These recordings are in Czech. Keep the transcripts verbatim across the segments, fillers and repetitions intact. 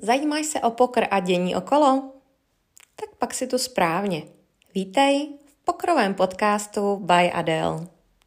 Zajímáš se o pokr a dění okolo? Tak pak si tu správně. Vítej v pokrovém podcastu by Adele.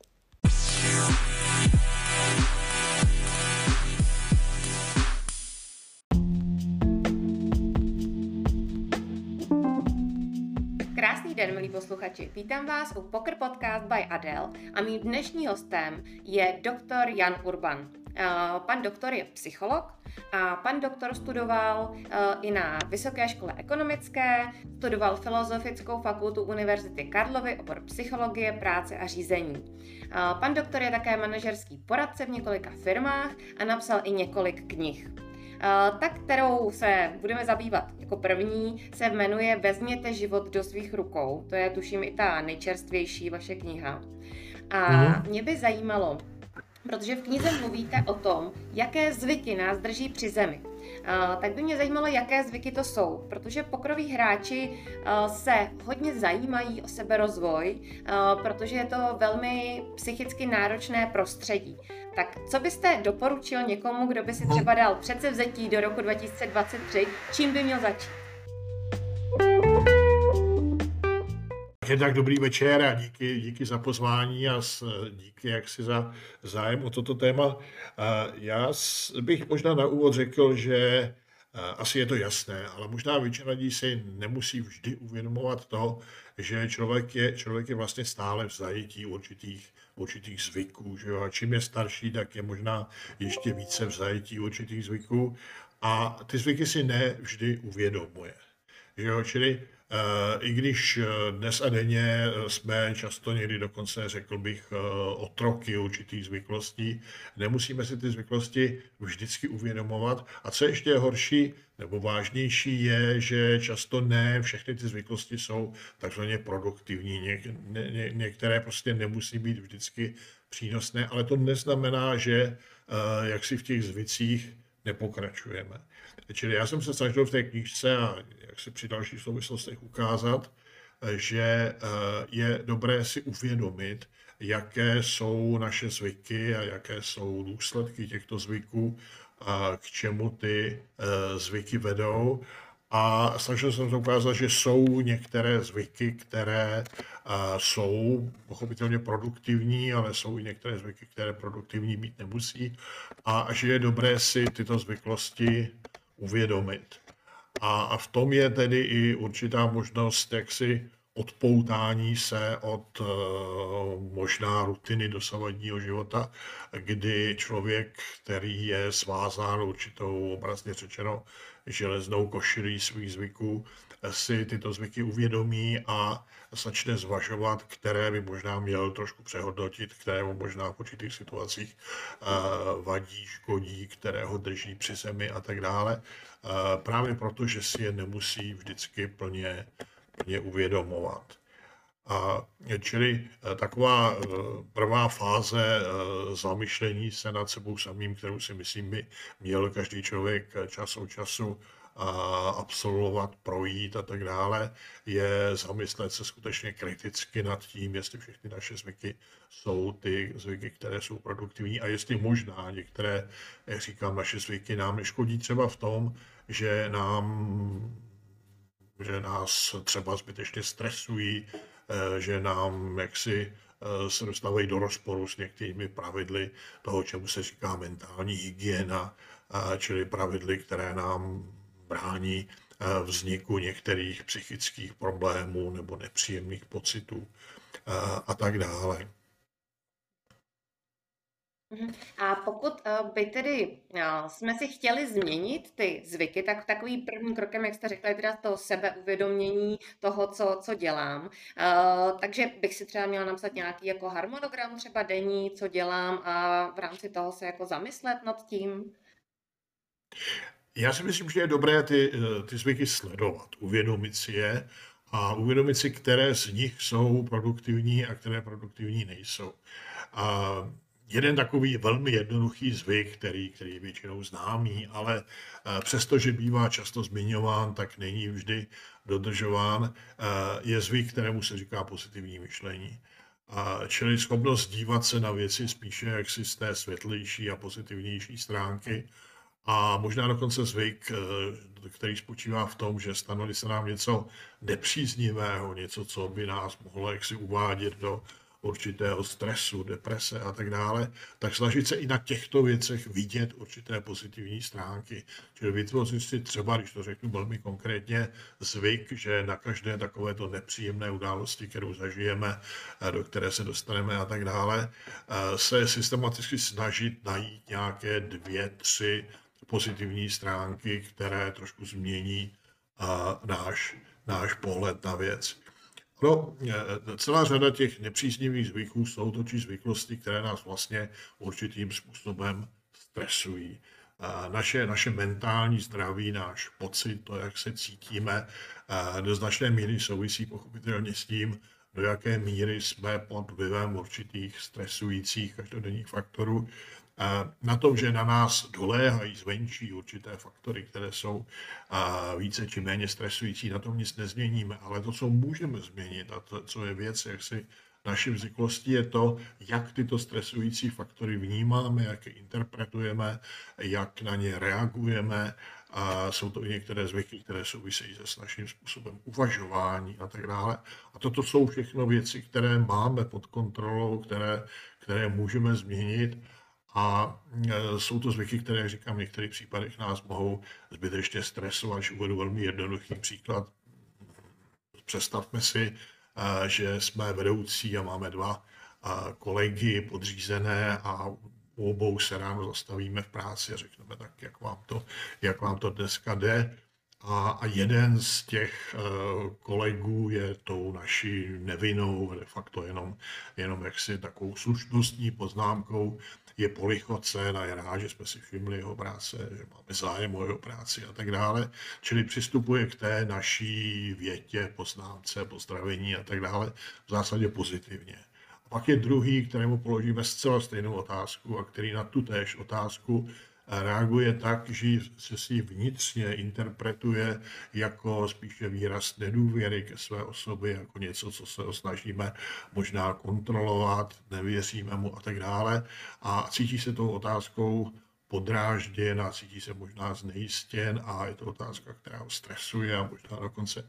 Krásný den, milí posluchači. Vítám vás u Poker Podcast by Adele a mým dnešním hostem je doktor Jan Urban. Pan doktor je psycholog a pan doktor studoval i na Vysoké škole ekonomické, studoval Filozofickou fakultu Univerzity Karlovy, obor psychologie, práce a řízení. Pan doktor je také manažerský poradce v několika firmách a napsal i několik knih. Ta, kterou se budeme zabývat jako první, se jmenuje Vezměte život do svých rukou. To je, tuším, i ta nejčerstvější vaše kniha. A mm. mě by zajímalo, protože v knize mluvíte o tom, jaké zvyky nás drží při zemi. Uh, tak by mě zajímalo, jaké zvyky to jsou, protože pokroví hráči uh, se hodně zajímají o seberozvoj, uh, protože je to velmi psychicky náročné prostředí. Tak co byste doporučil někomu, kdo by si třeba dal předsevzetí do roku dva tisíce dvacet tři, čím by měl začít? Jednak dobrý večer a díky, díky za pozvání a díky jaksi za zájem o toto téma. Já bych možná na úvod řekl, že asi je to jasné, ale možná většina lidí si nemusí vždy uvědomovat to, že člověk je, člověk je vlastně stále v zajetí určitých, určitých zvyků. Že jo? A čím je starší, tak je možná ještě více v zajetí určitých zvyků a ty zvyky si ne vždy uvědomuje. Že jo? Čili i když dnes a denně jsme často někdy dokonce, řekl bych, otroky určitých zvyklostí, nemusíme si ty zvyklosti vždycky uvědomovat. A co ještě je horší nebo vážnější je, že často ne všechny ty zvyklosti jsou takzvaně produktivní. Ně, ně, některé prostě nemusí být vždycky přínosné, ale to neznamená, že jak si v těch zvicích nepokračujeme. Čili já jsem se snažil v té knížce a jak se při dalších souvislostech ukázat, že je dobré si uvědomit, jaké jsou naše zvyky a jaké jsou důsledky těchto zvyků, a k čemu ty zvyky vedou. A snažil jsem se ukázat, že jsou některé zvyky, které jsou pochopitelně produktivní, ale jsou i některé zvyky, které produktivní být nemusí a že je dobré si tyto zvyklosti uvědomit. A v tom je tedy i určitá možnost jaksi odpoutání se od možná rutiny dosavadního života, kdy člověk, který je svázán určitou, obrazně řečeno, železnou košilí svých zvyků, si tyto zvyky uvědomí a začne zvažovat, které by možná měl trošku přehodnotit, které mu možná v určitých situacích vadí, škodí, které ho drží při zemi a tak dále. Právě proto, že si je nemusí vždycky plně, plně uvědomovat. A čili taková prvá fáze zamyšlení se nad sebou samým, kterou si myslím by měl každý člověk čas od času absolvovat, projít a tak dále, je zamyslet se skutečně kriticky nad tím, jestli všechny naše zvyky jsou ty zvyky, které jsou produktivní a jestli možná některé, jak říkám, naše zvyky nám neškodí třeba v tom, že nám že nás třeba zbytečně stresují, že nám jaksi se dostávají do rozporu s některými pravidly toho, čemu se říká mentální hygiena, čili pravidly, které nám brání vzniku některých psychických problémů nebo nepříjemných pocitů a tak dále. A pokud by tedy jsme si chtěli změnit ty zvyky, tak takový prvním krokem, jak jste řekli, je teda to sebeuvědomění toho, co, co dělám. Takže bych si třeba měla napsat nějaký jako harmonogram třeba denní, co dělám a v rámci toho se jako zamyslet nad tím. Já si myslím, že je dobré ty, ty zvyky sledovat, uvědomit si je a uvědomit si, které z nich jsou produktivní a které produktivní nejsou. A jeden takový velmi jednoduchý zvyk, který, který je většinou známý, ale přestože bývá často zmiňován, tak není vždy dodržován, je zvyk, kterému se říká pozitivní myšlení. A čili schopnost dívat se na věci spíše jaksi z té světlejší a pozitivnější stránky a možná dokonce zvyk, který spočívá v tom, že stane se nám něco nepříznivého, něco, co by nás mohlo jaksi uvádět do určitého stresu, deprese a tak dále, tak snažit se i na těchto věcech vidět určité pozitivní stránky. Čili vytvořit si třeba, když to řeknu velmi konkrétně, zvyk, že na každé takovéto nepříjemné události, kterou zažijeme, do které se dostaneme a tak dále, se systematicky snažit najít nějaké dvě, tři pozitivní stránky, které trošku změní náš, náš pohled na věc. No, celá řada těch nepříznivých zvyků jsou totiž zvyklosti, které nás vlastně určitým způsobem stresují. Naše, naše mentální zdraví, náš pocit, to, jak se cítíme, do značné míry souvisí pochopitelně s tím, do jaké míry jsme pod vlivem určitých stresujících každodenních faktorů. Na tom, že na nás doléhají zvenčí určité faktory, které jsou více či méně stresující, na tom nic nezměníme, ale to, co můžeme změnit a to, co je věc, jak si naší zvyklostí, je to, jak tyto stresující faktory vnímáme, jak je interpretujeme, jak na ně reagujeme. A jsou to i některé zvyky, které souvisejí se s naším způsobem uvažování a tak dále. A toto jsou všechno věci, které máme pod kontrolou, které, které můžeme změnit. A jsou to zvyky, které, jak říkám, v některých případech nás mohou zbytečně stresovat. Až uvedu velmi jednoduchý příklad. Představme si, že jsme vedoucí a máme dva kolegy podřízené a u obou se ráno zastavíme v práci a řekneme tak, jak vám to, jak vám to dneska jde. A, a jeden z těch uh, kolegů je tou naší nevinnou, de facto jenom, jenom jaksi takovou slušnostní poznámkou, je polichocen a je rád, že jsme si všimli jeho práce, že máme zájem o jeho práci a tak dále. Čili přistupuje k té naší větě, poznámce, pozdravení a tak dále v zásadě pozitivně. A pak je druhý, kterému položíme zcela stejnou otázku a který na tu též otázku reaguje tak, že se si vnitřně interpretuje jako spíše výraz nedůvěry ke své osobě, jako něco, co se snažíme možná kontrolovat, nevěříme mu a tak dále. A cítí se tou otázkou podrážděn a cítí se možná znejistěn a je to otázka, která ho stresuje a možná dokonce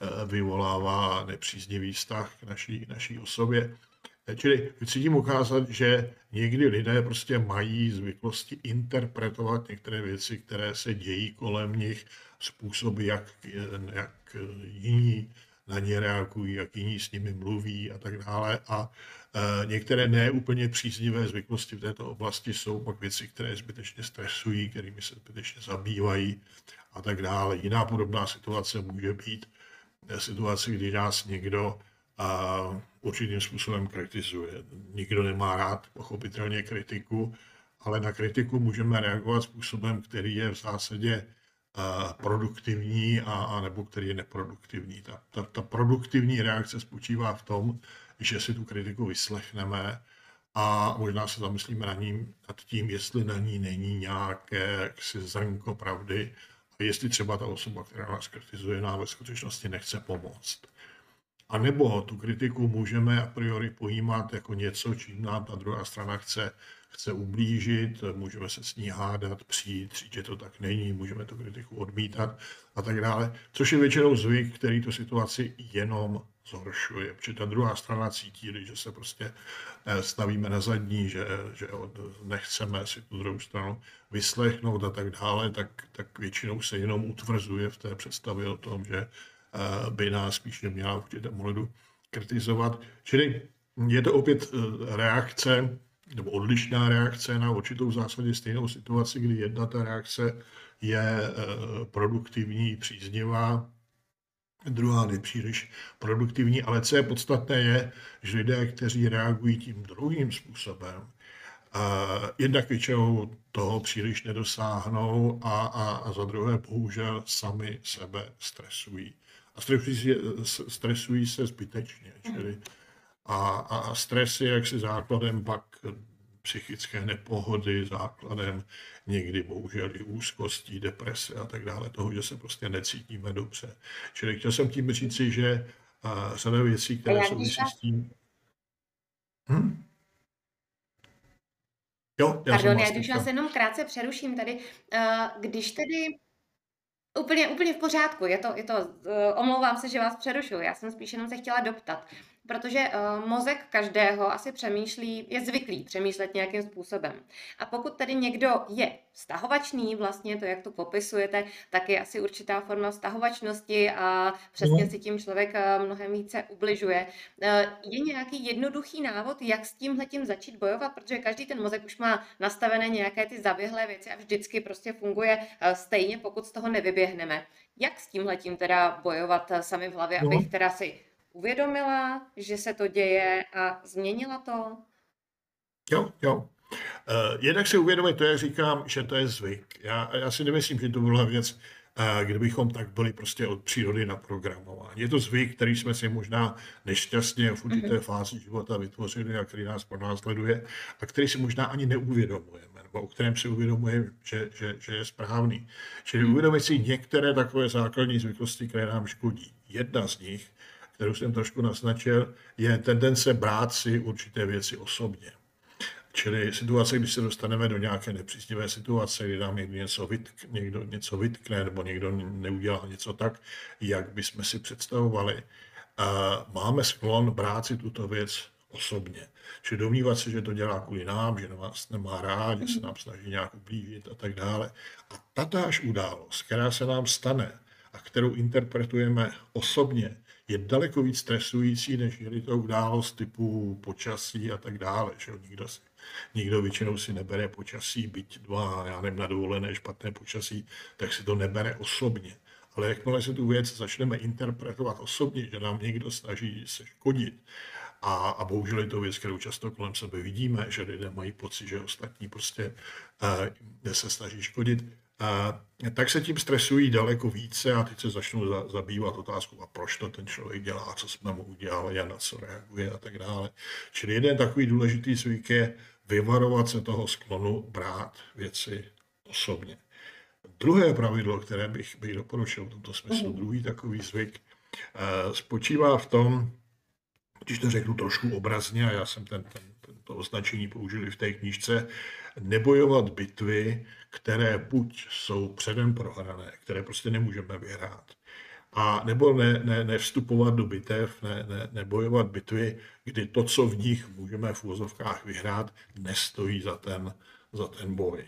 vyvolává nepříznivý vztah k naší, naší osobě. Čili chci tím ukázat, že někdy lidé prostě mají zvyklosti interpretovat některé věci, které se dějí kolem nich, způsoby, jak, jak jiní na ně reagují, jak jiní s nimi mluví a tak dále. A e, některé neúplně příznivé zvyklosti v této oblasti jsou pak věci, které zbytečně stresují, kterými se zbytečně zabývají a tak dále. Jiná podobná situace může být situace, kdy nás někdo a určitým způsobem kritizuje. Nikdo nemá rád pochopitelně kritiku, ale na kritiku můžeme reagovat způsobem, který je v zásadě produktivní a, a nebo který je neproduktivní. Ta, ta, ta produktivní reakce spočívá v tom, že si tu kritiku vyslechneme a možná se zamyslíme na ní, nad tím, jestli na ní není nějaké jaksi zrnko pravdy a jestli třeba ta osoba, která nás kritizuje, nám ve skutečnosti nechce pomoct. A nebo tu kritiku můžeme a priori pojímat jako něco, čím nám ta druhá strana chce, chce ublížit, můžeme se s ní hádat, přijít, říct, že to tak není, můžeme tu kritiku odmítat a tak dále, což je většinou zvyk, který tu situaci jenom zhoršuje, protože ta druhá strana cítí, že se prostě stavíme na zadní, že, že nechceme si tu druhou stranu vyslechnout a tak dále, tak, tak většinou se jenom utvrzuje v té představě o tom, že by nás spíše měla v určitém ohledu kritizovat. Čili je to opět reakce, nebo odlišná reakce na určitou v zásadě stejnou situaci, kdy jedna ta reakce je produktivní, příznivá, druhá nepříliš produktivní, ale co je podstatné je, že lidé, kteří reagují tím druhým způsobem, jednak většinou toho příliš nedosáhnou a, a, a za druhé bohužel sami sebe stresují. A stresují, stresují se zbytečně. Čili a, a stres je jaksi základem pak psychické nepohody, základem někdy bohužel i úzkostí, deprese a tak dále, toho, že se prostě necítíme dobře. Čili chtěl jsem tím říci, že řada věcí, které souvisí s tím... Hm? Jo, já jsem Pardon, já vás když vás teďka. jenom krátce přeruším tady. Eh, Když tedy Úplně, úplně v pořádku, je to, je to, uh, omlouvám se, že vás přerušuju, já jsem spíš jenom se chtěla doptat, protože uh, mozek každého asi přemýšlí, je zvyklý přemýšlet nějakým způsobem. A pokud tedy někdo je vztahovačný, vlastně to, jak to popisujete, tak je asi určitá forma vztahovačnosti a přesně No, si tím člověk uh, mnohem více ubližuje. Uh, je nějaký jednoduchý návod, jak s tímhletím začít bojovat, protože každý ten mozek už má nastavené nějaké ty zaběhlé věci a vždycky prostě funguje uh, stejně, pokud z toho nevyběhne. Jak s tímhletím teda bojovat sami v hlavě, abych no, teda si uvědomila, že se to děje a změnila to? jo, jo. Uh, jednak si uvědomit to, jak říkám, že to je zvyk. Já, já si nemyslím, že to byla věc, uh, kdybychom tak byli prostě od přírody naprogramováni. Je to zvyk, který jsme si možná nešťastně v určité fázi života vytvořili a který nás pronásleduje a který si možná ani neuvědomujeme, nebo o kterém si uvědomujeme, že, že, že je správný. Čili uvědomit si některé takové základní zvyklosti, které nám škodí. Jedna z nich, kterou jsem trošku naznačil, je tendence brát si určité věci osobně. Čili situace, když se dostaneme do nějaké nepříznivé situace, kdy nám někdo něco, vytk, někdo něco vytkne nebo někdo neudělá něco tak, jak bychom si představovali, a máme sklon brát si tuto věc osobně. Čili domnívat se, že to dělá kvůli nám, že nás nemá rád, že se nám snaží nějak ublížit a tak dále. A tatáž událost, která se nám stane a kterou interpretujeme osobně, je daleko víc stresující, než je to událost typu počasí a tak dále. Že nikdo, si, nikdo většinou si nebere počasí, byť dva, já nevím, na dovolené špatné počasí, tak si to nebere osobně. Ale jakmile se tu věc začneme interpretovat osobně, že nám někdo snaží se škodit, a, a bohužel je to věc, kterou často kolem sebe vidíme, že lidé mají pocit, že ostatní prostě uh, se snaží škodit, a tak se tím stresují daleko více a teď se začnou za, zabývat otázkou, a proč to ten člověk dělá, co jsme mu udělali a na co reaguje a tak dále. Čili jeden takový důležitý zvyk je vyvarovat se toho sklonu brát věci osobně. Druhé pravidlo, které bych, bych doporučil v tomto smyslu, mm. druhý takový zvyk, uh, spočívá v tom, když to řeknu trošku obrazně, a já jsem ten, ten, to označení použil v té knížce, nebojovat bitvy, které buď jsou předem prohrané, které prostě nemůžeme vyhrát, a nebo ne, ne, nevstupovat do bitev, ne, ne, nebojovat bitvy, kdy to, co v nich můžeme v uvozovkách vyhrát, nestojí za ten, za ten boj.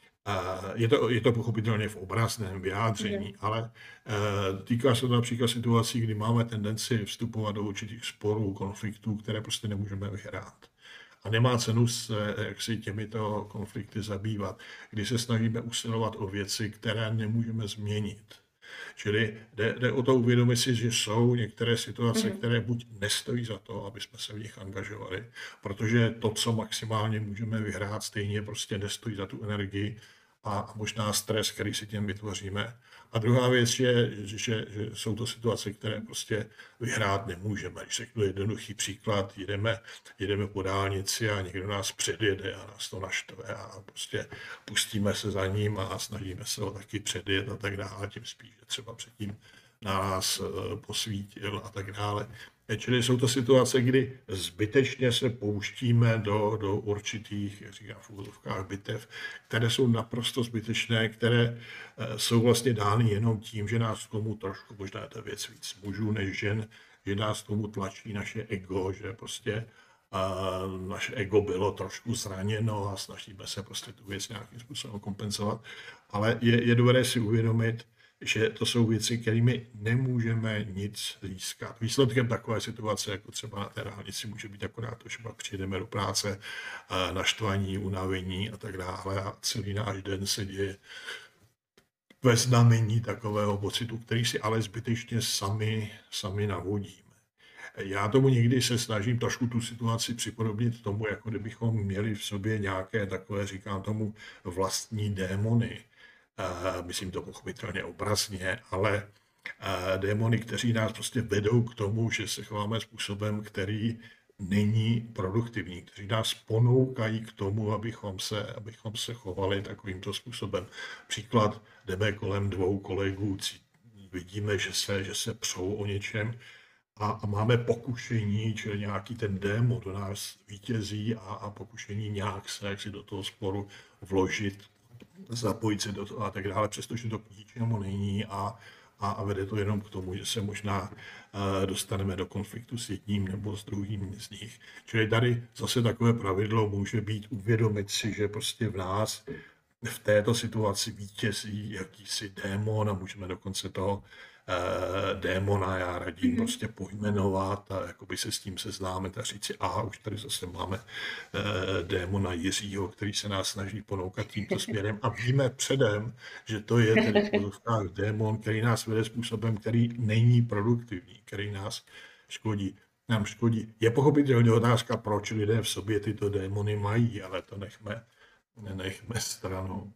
Je to, je to pochopitelně v obrazném vyjádření, ale týká se to například situací, kdy máme tendenci vstupovat do určitých sporů, konfliktů, které prostě nemůžeme vyhrát. A nemá cenu se jaksi těmito konflikty zabývat, kdy se snažíme usilovat o věci, které nemůžeme změnit. Čili jde, jde o to uvědomit si, že jsou některé situace, mm. které buď nestojí za to, aby jsme se v nich angažovali, protože to, co maximálně můžeme vyhrát, stejně prostě nestojí za tu energii a možná stres, který si tím vytvoříme. A druhá věc je, že, že jsou to situace, které prostě vyhrát nemůžeme. Když řeknu jednoduchý příklad, jedeme, jedeme po dálnici a někdo nás předjede a nás to naštve a prostě pustíme se za ním a snažíme se ho taky předjet a tak dále, tím spíš, že třeba předtím na nás posvítil a tak dále. Čili jsou to situace, kdy zbytečně se pouštíme do, do určitých, jak říkám v úvodovkách, bitev, které jsou naprosto zbytečné, které jsou vlastně dány jenom tím, že nás k tomu trošku, možná ta věc víc mužů než žen, že nás k tomu tlačí naše ego, že prostě a naše ego bylo trošku zraněno a snažíme se prostě tu věc nějakým způsobem kompenzovat. Ale je, je dobré si uvědomit, že to jsou věci, kterými nemůžeme nic získat. Výsledkem takové situace, jako třeba na té dálnici, může být akorát to, že pak přijdeme do práce, naštvaní, unavení a tak dále a celý náš den se děje ve znamení takového pocitu, který si ale zbytečně sami, sami navodíme. Já tomu někdy se snažím trošku tu situaci připodobnit tomu, jako kdybychom měli v sobě nějaké takové, říkám tomu, vlastní démony. Uh, myslím to pochopitelně obrazně, ale uh, démony, kteří nás prostě vedou k tomu, že se chováme způsobem, který není produktivní, kteří nás ponoukají k tomu, abychom se, abychom se chovali takovýmto způsobem. Příklad, jdeme kolem dvou kolegů, vidíme, že se, že se přou o něčem a, a máme pokušení, čili nějaký ten démon do nás vítězí a, a pokušení nějak se jak si do toho sporu vložit, zapojit se do toho a tak dále, přestože to k ničemu není a, a, a vede to jenom k tomu, že se možná uh, dostaneme do konfliktu s jedním nebo s druhým z nich. Čili tady zase takové pravidlo může být uvědomit si, že prostě v nás v této situaci vítězí jakýsi démon a můžeme dokonce toho uh, démona, já radím, mm-hmm. prostě pojmenovat a jakoby se s tím seznámit a říct si, aha, už tady zase máme uh, démona Jiřího, který se nás snaží ponoukat tímto směrem a víme předem, že to je tedy v pozovkách démon, který nás vede způsobem, který není produktivní, který nás škodí. Nám škodí. Je pochopitelně otázka, proč lidé v sobě tyto démony mají, ale to nechme, nechme stranou.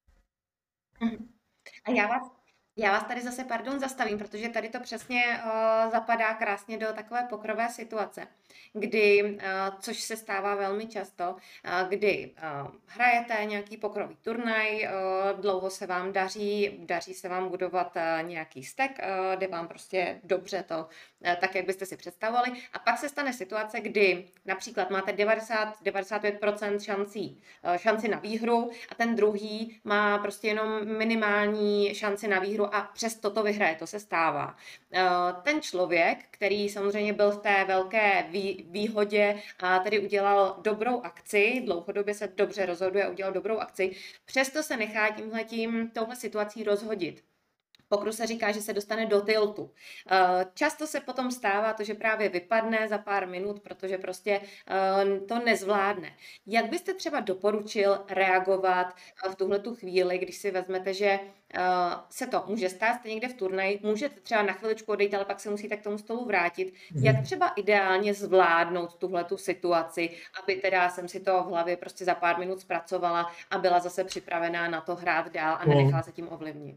A já vás, já vás tady zase, pardon, zastavím, protože tady to přesně uh, zapadá krásně do takové pokrové situace, kdy, uh, což se stává velmi často, uh, kdy uh, hrajete nějaký pokrový turnaj, uh, dlouho se vám daří, daří se vám budovat uh, nějaký stek, uh, jde vám prostě dobře to, uh, tak, jak byste si představovali, a pak se stane situace, kdy například máte devadesát až devadesát pět procent šancí, uh, šanci na výhru a ten druhý má prostě jenom minimální šanci na výhru a přesto to vyhraje, to se stává. Ten člověk, který samozřejmě byl v té velké výhodě a tedy udělal dobrou akci, dlouhodobě se dobře rozhoduje a udělal dobrou akci, přesto se nechá tímhletím, touhle situací rozhodit. Pokru se říká, že se dostane do tiltu. Často se potom stává to, že právě vypadne za pár minut, protože prostě to nezvládne. Jak byste třeba doporučil reagovat v tuhletu chvíli, když si vezmete, že se to může stát, jste někde v turnaji, můžete třeba na chviličku odejít, ale pak se musíte k tomu stolu vrátit. Jak třeba ideálně zvládnout tuhletu situaci, aby teda jsem si to v hlavě prostě za pár minut zpracovala a byla zase připravená na to hrát dál a nenechala se tím ovlivnit?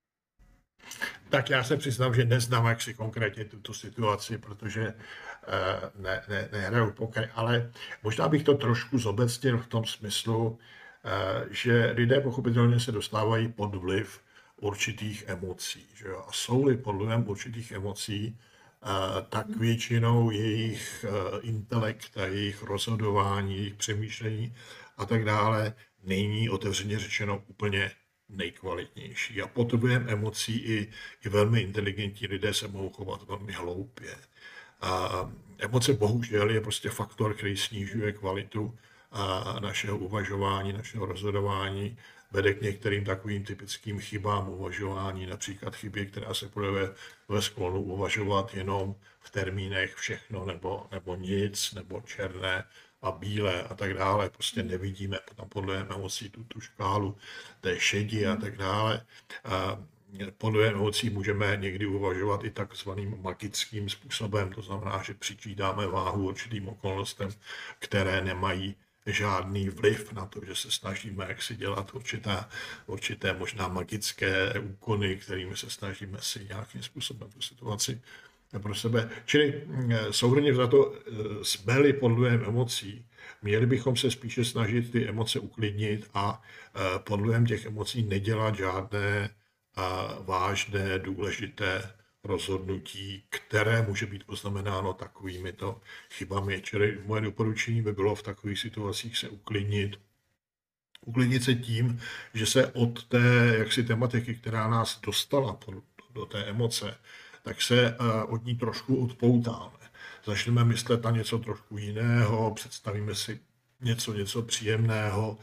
Tak já se přiznám, že neznám jak si konkrétně tuto situaci, protože ne, ne, nehraju poker, ale možná bych to trošku zobecnil v tom smyslu, že lidé pochopitelně se dostávají pod vliv určitých emocí. Že jo? A jsou-li pod vlivem určitých emocí, tak většinou jejich intelekt a jejich rozhodování, jejich přemýšlení a tak dále není otevřeně řečeno úplně nejkvalitnější. A pod vlivem emocí i, i velmi inteligentní lidé se mohou chovat velmi hloupě. A emoce bohužel je prostě faktor, který snižuje kvalitu a našeho uvažování, našeho rozhodování, vede k některým takovým typickým chybám uvažování, například chybě, která se projevuje ve sklonu uvažovat jenom v termínech všechno nebo, nebo nic, nebo černé a bílé a tak dále. Prostě nevidíme tam podle emocí tu, tu škálu té šedi a tak dále. A podle emocí můžeme někdy uvažovat i takzvaným magickým způsobem, to znamená, že přičítáme váhu určitým okolnostem, které nemají žádný vliv na to, že se snažíme jak si dělat určité, určité možná magické úkony, kterými se snažíme si nějakým způsobem tu situaci pro sebe. Čili souhrnně za to jsme-li pod vlivem emocí, měli bychom se spíše snažit ty emoce uklidnit a pod vlivem těch emocí nedělat žádné vážné, důležité rozhodnutí, které může být poznamenáno takovými to chybami. Čili moje doporučení by bylo v takových situacích se uklidnit. Uklidnit se tím, že se od té jaksi tematiky, která nás dostala do té emoce, tak se od ní trošku odpoutáme. Začneme myslet na něco trošku jiného, představíme si něco, něco příjemného,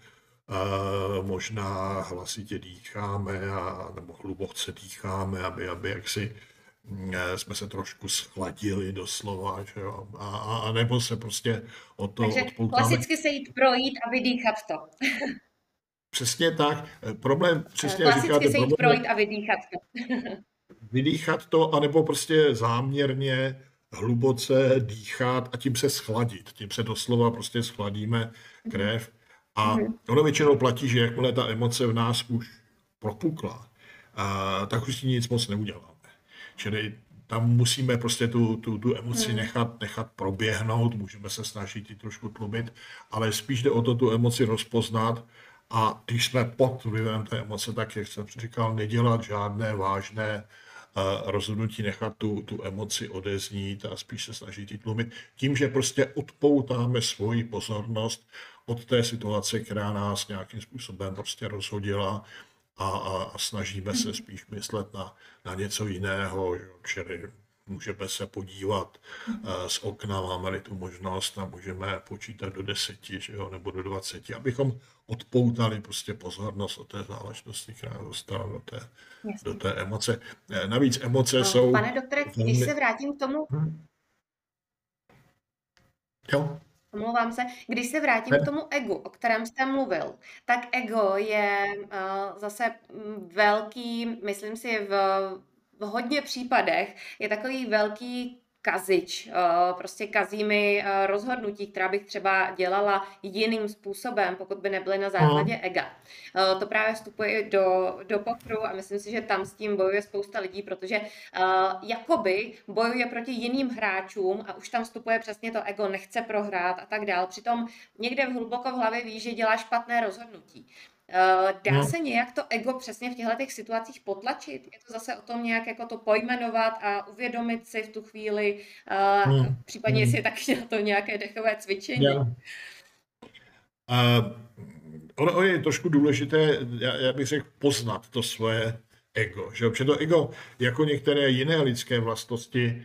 možná hlasitě dýcháme a, nebo hluboce dýcháme, aby, aby jaksi jsme se trošku schladili doslova, že jo? A, a nebo se prostě o to Takže odpoutáme. Klasicky se jít projít a vydýchat to. Přesně tak. Problém, přesně Klasicky říkáte, se jít problém, projít a vydýchat to. vydýchat to, anebo prostě záměrně hluboce dýchat a tím se schladit. Tím se doslova prostě schladíme krev. A ono většinou platí, že jakmile ta emoce v nás už propukla, a, tak už si nic moc neuděláme. Čili tam musíme prostě tu, tu, tu emoci nechat, nechat proběhnout, můžeme se snažit ji trošku tlumit, ale spíš jde o to tu emoci rozpoznat a když jsme pod vlivem té emoce, tak jak jsem říkal, nedělat žádné vážné rozhodnutí nechat tu, tu emoci odeznít a spíš se snažit ji tlumit tím, že prostě odpoutáme svoji pozornost od té situace, která nás nějakým způsobem prostě rozhodila a, a, a snažíme se spíš myslet na, na něco jiného, čili můžeme se podívat z okna, máme-li tu možnost a můžeme počítat do deseti, že jo, nebo do dvaceti, abychom odpoutali prostě pozornost od té záležitosti, která dostala do té, do té emoce. Navíc emoce no, jsou... Pane doktore, velmi... když se vrátím k tomu... Hmm. Jo. Omlouvám se. Když se vrátím ne. k tomu egu, o kterém jste mluvil, tak ego je uh, zase velký, myslím si, v, v hodně případech je takový velký kazič. Prostě kazí mi rozhodnutí, která bych třeba dělala jiným způsobem, pokud by nebyly na základě ega. To právě vstupuje do, do pokru a myslím si, že tam s tím bojuje spousta lidí, protože jakoby bojuje proti jiným hráčům a už tam vstupuje přesně to ego, nechce prohrát a tak dál. Přitom někde v hluboko v hlavě ví, že dělá špatné rozhodnutí. Dá no. se nějak to ego přesně v těchto situacích potlačit? Je to zase o tom nějak jako to pojmenovat a uvědomit si v tu chvíli, no. případně jestli je taky na to nějaké dechové cvičení? Ja. Uh, ono je trošku důležité, já, já bych řekl, poznat to svoje ego. Že? Protože to ego, jako některé jiné lidské vlastnosti,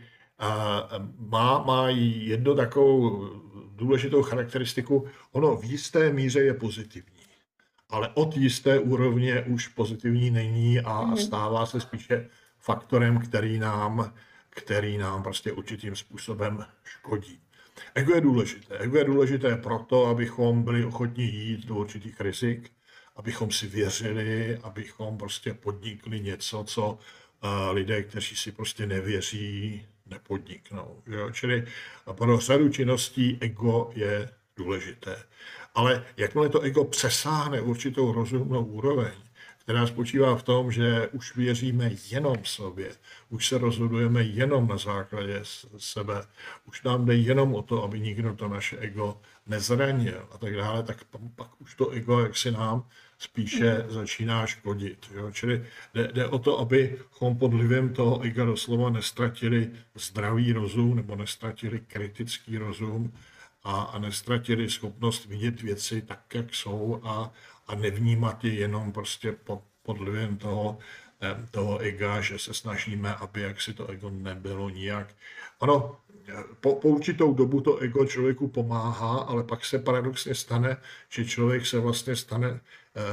uh, má, má jednu takovou důležitou charakteristiku, ono v jisté míře je pozitivní. Ale od jisté úrovně už pozitivní není a mm. stává se spíše faktorem, který nám, který nám prostě určitým způsobem škodí. Ego je důležité. Ego je důležité proto, abychom byli ochotní jít do určitých rizik, abychom si věřili, abychom prostě podnikli něco, co uh, lidé, kteří si prostě nevěří, nepodniknou. Jo? Čili pro řadu činností ego je důležité. Ale jakmile to ego přesáhne určitou rozumnou úroveň, která spočívá v tom, že už věříme jenom sobě, už se rozhodujeme jenom na základě sebe, už nám jde jenom o to, aby nikdo to naše ego nezranil a tak dále, tak pak už to ego jaksi nám spíše začíná škodit. Jo? Čili jde, jde o to, abychom pod vlivem toho ega doslova nestratili zdravý rozum nebo nestratili kritický rozum, A, a nestratili schopnost vidět věci tak, jak jsou a, a nevnímat je jenom prostě pod, pod vlivem toho, toho ega, že se snažíme, aby jaksi to ego nebylo nijak. Ono, po, po určitou dobu to ego člověku pomáhá, ale pak se paradoxně stane, že člověk se vlastně stane eh,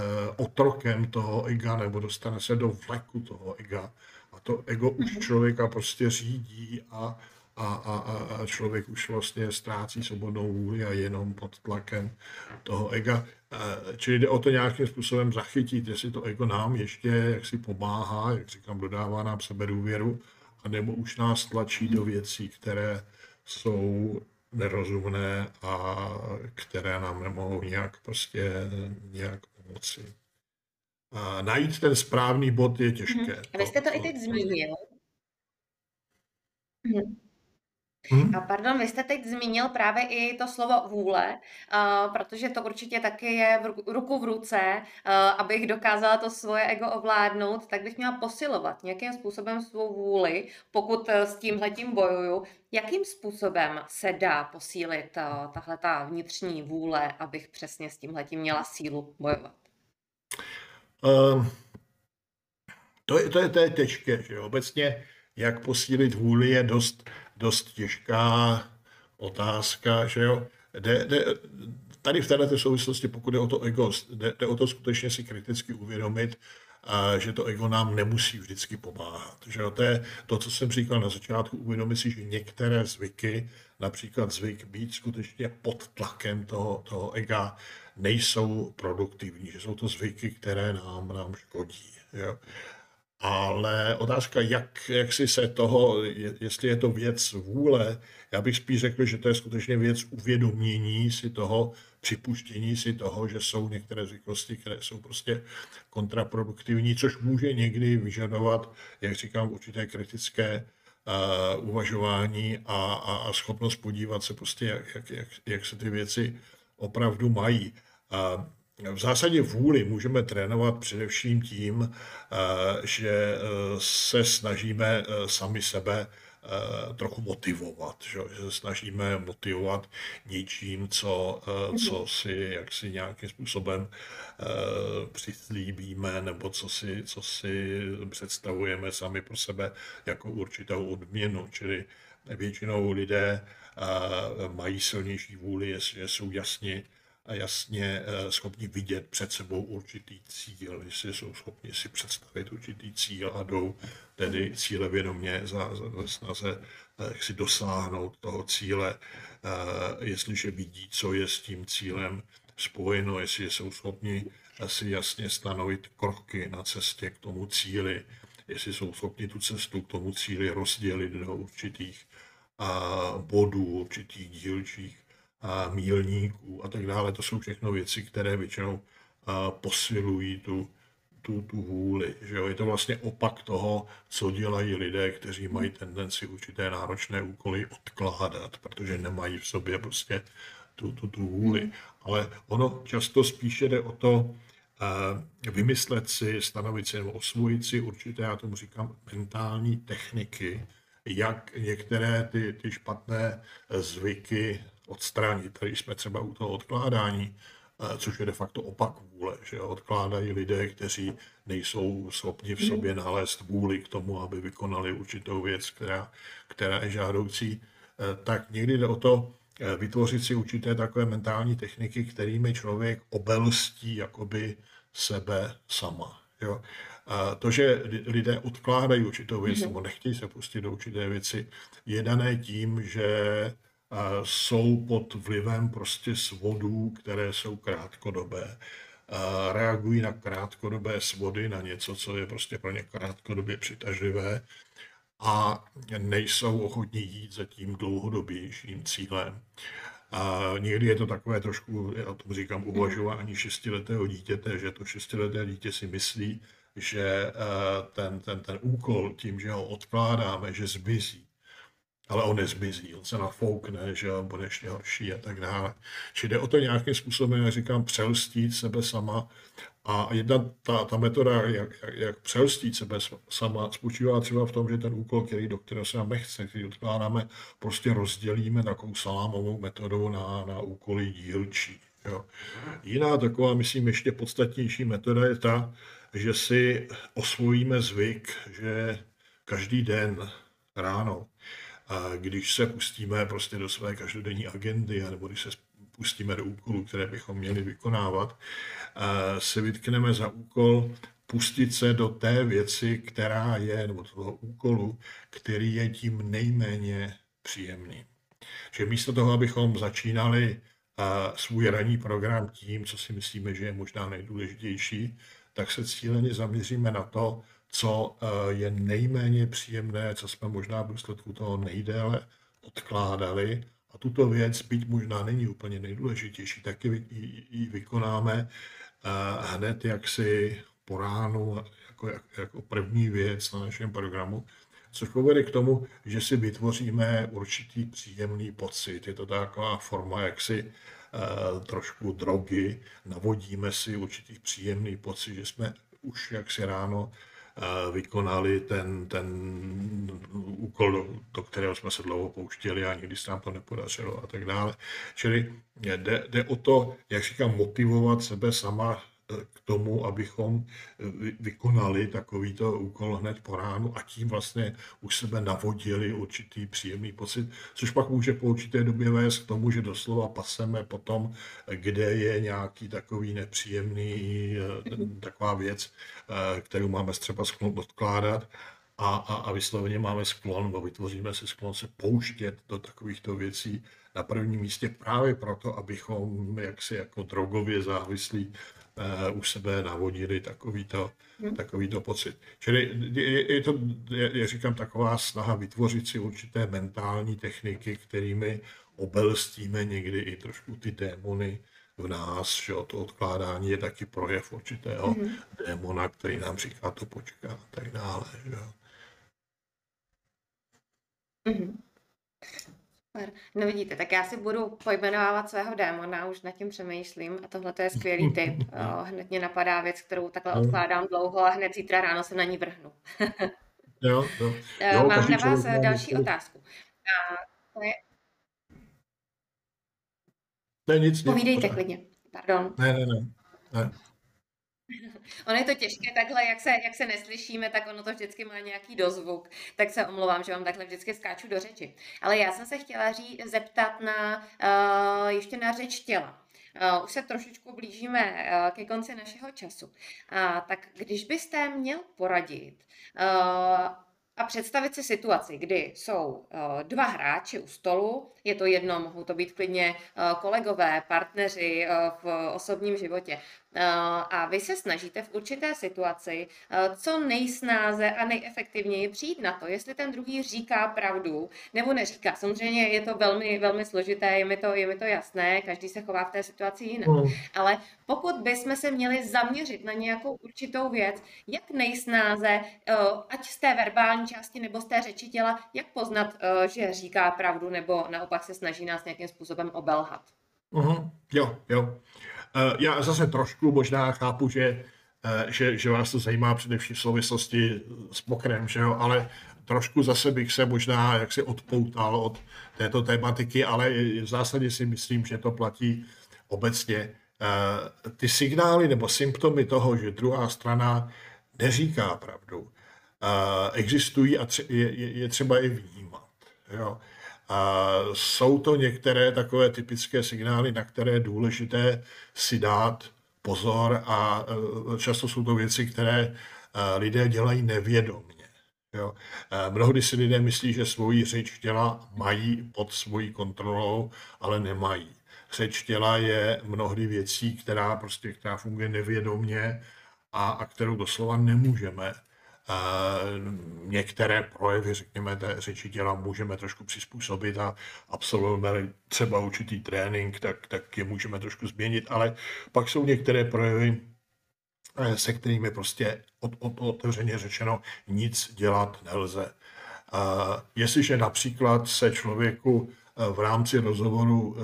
otrokem toho ega nebo dostane se do vleku toho ega. A to ego už člověka prostě řídí a A, a, a člověk už vlastně ztrácí svobodnou vůli a jenom pod tlakem toho ega. Čili jde o to nějakým způsobem zachytit, jestli to ego nám ještě jaksi pomáhá, jak říkám, dodává nám sebedůvěru, anebo už nás tlačí do věcí, které jsou nerozumné a které nám nemohou nějak prostě nějak pomoci. A najít ten správný bod je těžké. A vy jste to, to i teď zmínil. Mhm. Hmm? A pardon, vy jste teď zmínil právě i to slovo vůle, uh, protože to určitě taky je v ruku, ruku v ruce, uh, abych dokázala to svoje ego ovládnout, tak bych měla posilovat nějakým způsobem svou vůli, pokud s tímhletím bojuju. Jakým způsobem se dá posílit uh, tahle ta vnitřní vůle, abych přesně s tímhletím měla sílu bojovat? Um, to, je, to, je, to je těžké, že obecně jak posílit vůli je dost dost těžká otázka, že jo. Jde, jde, tady v této souvislosti, pokud jde o to ego, jde, jde o to skutečně si kriticky uvědomit, a že to ego nám nemusí vždycky pomáhat. Že jo. To je to, co jsem říkal na začátku, uvědomit si, že některé zvyky, například zvyk být skutečně pod tlakem toho, toho ega, nejsou produktivní, že jsou to zvyky, které nám, nám škodí. Jo. Ale otázka, jak, jak si se toho, jestli je to věc vůle, já bych spíš řekl, že to je skutečně věc uvědomění si toho, připuštění si toho, že jsou některé zvyklosti, které jsou prostě kontraproduktivní, což může někdy vyžadovat, jak říkám, určité kritické uh, uvažování a, a, a schopnost podívat se prostě, jak, jak, jak, jak se ty věci opravdu mají. Uh, v zásadě vůli můžeme trénovat především tím, že se snažíme sami sebe trochu motivovat, že se snažíme motivovat něčím, co, co si jaksi nějakým způsobem přislíbíme, nebo co si, co si představujeme sami pro sebe jako určitou odměnu. Čili většinou lidé mají silnější vůli, jestli jsou jasně a jasně schopni vidět před sebou určitý cíl, jestli jsou schopni si představit určitý cíl a jdou tedy cílevědomě za, za, za snaze jak si dosáhnout toho cíle, jestliže vidí, co je s tím cílem spojeno, jestli jsou schopni si jasně stanovit kroky na cestě k tomu cíli, jestli jsou schopni tu cestu k tomu cíli rozdělit do určitých bodů, určitých dílčích a mílníků a tak dále. To jsou všechno věci, které většinou posilují tu, tu, tu vůli. Že jo? Je to vlastně opak toho, co dělají lidé, kteří mají tendenci určité náročné úkoly odkládat, protože nemají v sobě prostě tu, tu, tu vůli. Ale ono často spíše jde o to vymyslet si, stanovit si nebo osvojit si určité, já tomu říkám, mentální techniky, jak některé ty, ty špatné zvyky odstranit. Tady jsme třeba u toho odkládání, což je de facto opak vůle, že odkládají lidé, kteří nejsou schopni v sobě nalézt vůli k tomu, aby vykonali určitou věc, která, která je žádoucí. Tak někdy jde o to vytvořit si určité takové mentální techniky, kterými člověk obelstí jakoby sebe sama. Jo. A to, že lidé odkládají určitou věc, nebo nechtějí se pustit do určité věci, je dané tím, že jsou pod vlivem prostě svodů, které jsou krátkodobé. A reagují na krátkodobé svody, na něco, co je prostě pro ně krátkodobě přitažlivé a nejsou ochotní jít za tím dlouhodobějším cílem. A někdy je to takové trošku, já tomu říkám, uvažování šestiletého dítěte, že to šestileté dítě si myslí, že ten, ten, ten úkol tím, že ho odkládáme, že zmizí. Ale on nezmizí, on se nafoukne, že on bude ještě horší a tak dále. Čili jde o to nějakým způsobem, jak říkám, přelstít sebe sama. A jedna ta, ta metoda, jak, jak, jak přelstít sebe sama, spočívá třeba v tom, že ten úkol, který, do kterého se nám nechce, který odkládáme, prostě rozdělíme takovou salámovou metodou na, na úkoly dílčí. Jo. Jiná taková, myslím, ještě podstatnější metoda je ta, že si osvojíme zvyk, že každý den ráno, a když se pustíme prostě do své každodenní agendy, nebo když se pustíme do úkolů, které bychom měli vykonávat, se vytkneme za úkol pustit se do té věci, která je, nebo toho úkolu, který je tím nejméně příjemný. Že místo toho, abychom začínali svůj ranní program tím, co si myslíme, že je možná nejdůležitější, tak se cíleně zaměříme na to, co je nejméně příjemné, co jsme možná v důsledku toho nejdéle odkládali. A tuto věc, byť možná není úplně nejdůležitější, tak ji vykonáme hned jaksi po ránu jako, jako první věc na našem programu, což povede k tomu, že si vytvoříme určitý příjemný pocit. Je to taková forma jaksi trošku drogy, navodíme si určitý příjemný pocit, že jsme už jaksi ráno vykonali ten, ten úkol, do, do kterého jsme se dlouho pouštěli a nikdy se nám to nepodařilo a tak dále. Čili jde, jde o to, jak říkám, motivovat sebe sama k tomu, abychom vykonali takovýto úkol hned po ránu a tím vlastně už sebe navodili určitý příjemný pocit, což pak může po určité době vést k tomu, že doslova paseme potom, kde je nějaký takový nepříjemný, taková věc, kterou máme třeba sklon odkládat a, a, a vysloveně máme sklon, nebo vytvoříme si sklon se pouštět do takovýchto věcí na prvním místě právě proto, abychom jaksi jako drogově závislí Uh, u sebe navodili takovýto, hmm. takovýto pocit. Čili je, je to, je, je, říkám, taková snaha vytvořit si určité mentální techniky, kterými obelstíme někdy i trošku ty démony v nás, že to odkládání je taky projev určitého hmm. démona, který nám říká to počká a tak dále. Že? Hmm. super. No vidíte, tak já si budu pojmenovávat svého démona, už nad tím přemýšlím a tohle to je skvělý tip. O, hned mě napadá věc, kterou takhle Jo, odkládám dlouho a hned zítra ráno se na ní vrhnu. jo, jo. Eh, Jo, Mám každý na vás člověk eh, má další některý... otázku. A to je, Ne, nic, nic, povídejte pořád. klidně, pardon. Ne, ne, ne. ne. Ono je to těžké takhle, jak se, jak se neslyšíme, tak ono to vždycky má nějaký dozvuk. Tak se omlouvám, že vám takhle vždycky skáču do řeči. Ale já jsem se chtěla ří, zeptat na, uh, ještě na řeč těla. Uh, už se trošičku blížíme uh, ke konci našeho času. Uh, tak když byste měl poradit uh, a představit si situaci, kdy jsou uh, dva hráči u stolu, je to jedno, mohou to být klidně uh, kolegové, partneři uh, v osobním životě, uh, a vy se snažíte v určité situaci uh, co nejsnáze a nejefektivněji přijít na to, jestli ten druhý říká pravdu nebo neříká. Samozřejmě je to velmi, velmi složité, je mi to, je mi to jasné, každý se chová v té situaci jinak. Hmm. Ale pokud bychom se měli zaměřit na nějakou určitou věc, jak nejsnáze, uh, ať z té verbální části nebo z té řeči těla, jak poznat, uh, že říká pravdu nebo naopak se snaží nás nějakým způsobem obelhat. Mhm. Jo, jo. Eh, Já zase trošku možná chápu, že, eh, že, že vás to zajímá především v souvislosti s pokrem, že jo, ale trošku zase bych se možná jaksi odpoutal od této tématiky, ale v zásadě si myslím, že to platí obecně. Eh, Ty signály nebo symptomy toho, že druhá strana neříká pravdu, eh, existují a tře- je, je, je třeba je vnímat. Jo. A jsou to některé takové typické signály, na které je důležité si dát pozor a e, často jsou to věci, které e, lidé dělají nevědomně. Jo. E, Mnohdy si lidé myslí, že svoji řeč těla mají pod svojí kontrolou, ale nemají. Řeč těla je mnohdy věcí, která prostě která funguje nevědomně a, a kterou doslova nemůžeme. Některé projevy, řekněme, té řeči těla můžeme trošku přizpůsobit a absolvujeme třeba určitý trénink, tak, tak je můžeme trošku změnit, ale pak jsou některé projevy, se kterými prostě od, od, otevřeně řečeno nic dělat nelze. Jestliže například se člověku v rámci rozhovoru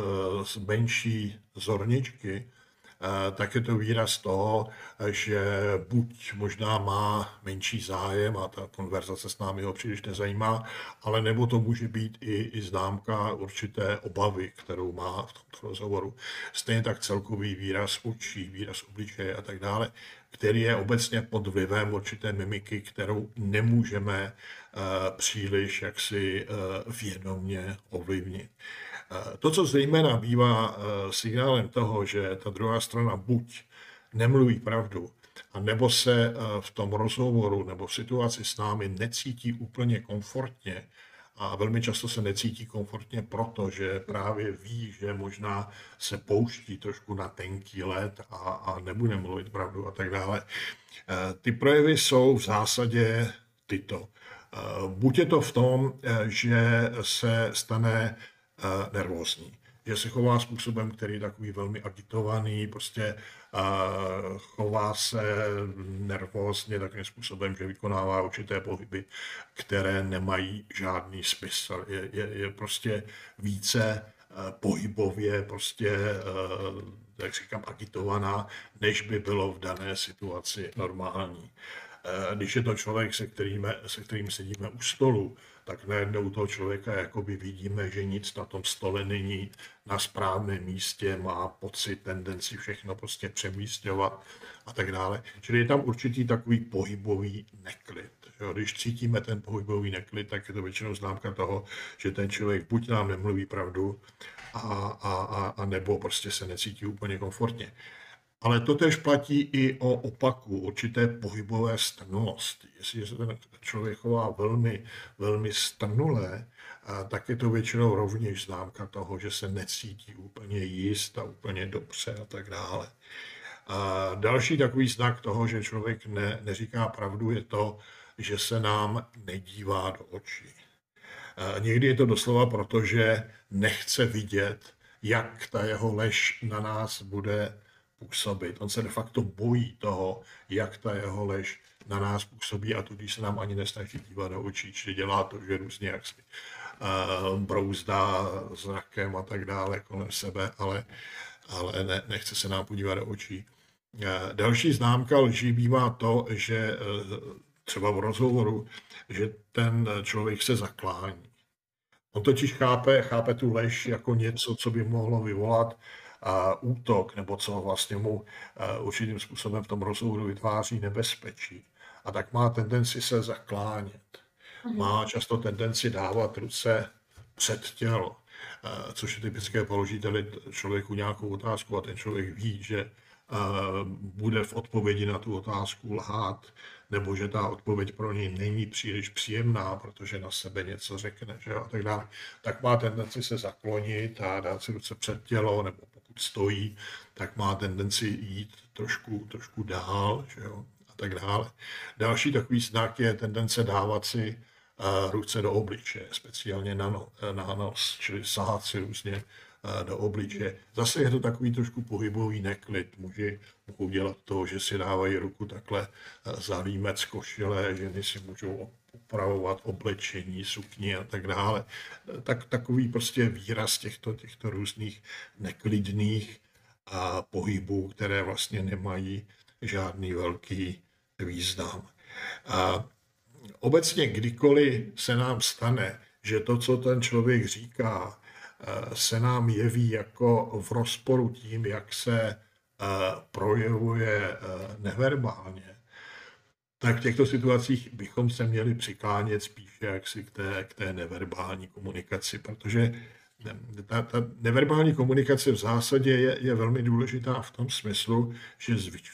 zmenší zorničky, tak je to výraz toho, že buď možná má menší zájem a ta konverzace s námi ho příliš nezajímá, ale nebo to může být i, i známka určité obavy, kterou má v tomto rozhovoru. Stejně tak celkový výraz očí, výraz obličeje a tak dále, který je obecně pod vlivem určité mimiky, kterou nemůžeme uh, příliš jaksi uh, vědomně ovlivnit. To, co zejména bývá signálem toho, že ta druhá strana buď nemluví pravdu, a nebo se v tom rozhovoru nebo v situaci s námi necítí úplně komfortně, a velmi často se necítí komfortně proto, že právě ví, že možná se pouští trošku na tenký led a, a nebude mluvit pravdu a tak dále. Ty projevy jsou v zásadě tyto. Buď je to v tom, že se stane nervózní. Že se chová způsobem, který je takový velmi agitovaný, prostě uh, chová se nervózně takovým způsobem, že vykonává určité pohyby, které nemají žádný smysl. Je, je, je prostě více uh, pohybově, prostě, uh, jak říkám, agitovaná, než by bylo v dané situaci normální. Uh, když je to člověk, se kterým, se kterým sedíme u stolu, tak najednou toho člověka jakoby vidíme, že nic na tom stole není na správném místě, má pocit, tendenci všechno prostě přemísťovat a tak dále. Čili je tam určitý takový pohybový neklid. Jo, když cítíme ten pohybový neklid, tak je to většinou známka toho, že ten člověk buď nám nemluví pravdu, a, a, a, a nebo prostě se necítí úplně komfortně. Ale to tež platí i o opaku, určité pohybové strnulosti. Jestliže se ten člověk chová velmi, velmi strnulé, tak je to většinou rovněž známka toho, že se necítí úplně jist a úplně dobře a tak dále. A další takový znak toho, že člověk ne, neříká pravdu, je to, že se nám nedívá do očí. A někdy je to doslova proto, že nechce vidět, jak ta jeho lež na nás bude působit. On se de facto bojí toho, jak ta jeho lež na nás působí, a tudíž se nám ani nesnaží dívat do očí, či dělá to, že různě jak si brouzdá zrakem a tak dále kolem sebe, ale, ale ne, nechce se nám podívat do očí. Další známka lži bývá to, že třeba v rozhovoru, že ten člověk se zaklání. On totiž chápe, chápe tu lež jako něco, co by mohlo vyvolat uh, útok, nebo co vlastně mu uh, určitým způsobem v tom rozhovoru vytváří nebezpečí. A tak má tendenci se zaklánět. Má často tendenci dávat ruce před tělo, uh, což je typické. Položíte-li člověku nějakou otázku a ten člověk ví, že bude v odpovědi na tu otázku lhát, nebo že ta odpověď pro něj není příliš příjemná, protože na sebe něco řekne, že jo, a tak dále, tak má tendenci se zaklonit a dát si ruce před tělo, nebo pokud stojí, tak má tendenci jít trošku, trošku dál, že jo, a tak dále. Další takový znak je tendence dávat si uh, ruce do obličeje, speciálně na, no, na nos, čili sahat si různě do obličeje. Zase je to takový trošku pohybový neklid. Muži mohou dělat to, že si dávají ruku takhle za límec košile, ženy si můžou upravovat oblečení, sukni a tak dále. Tak, takový prostě výraz těchto, těchto různých neklidných a pohybů, které vlastně nemají žádný velký význam. A obecně kdykoliv se nám stane, že to, co ten člověk říká, se nám jeví jako v rozporu tím, jak se projevuje neverbálně, tak v těchto situacích bychom se měli přiklánět spíše jaksi k té, k té neverbální komunikaci, protože ta, ta neverbální komunikace v zásadě je, je velmi důležitá v tom smyslu, že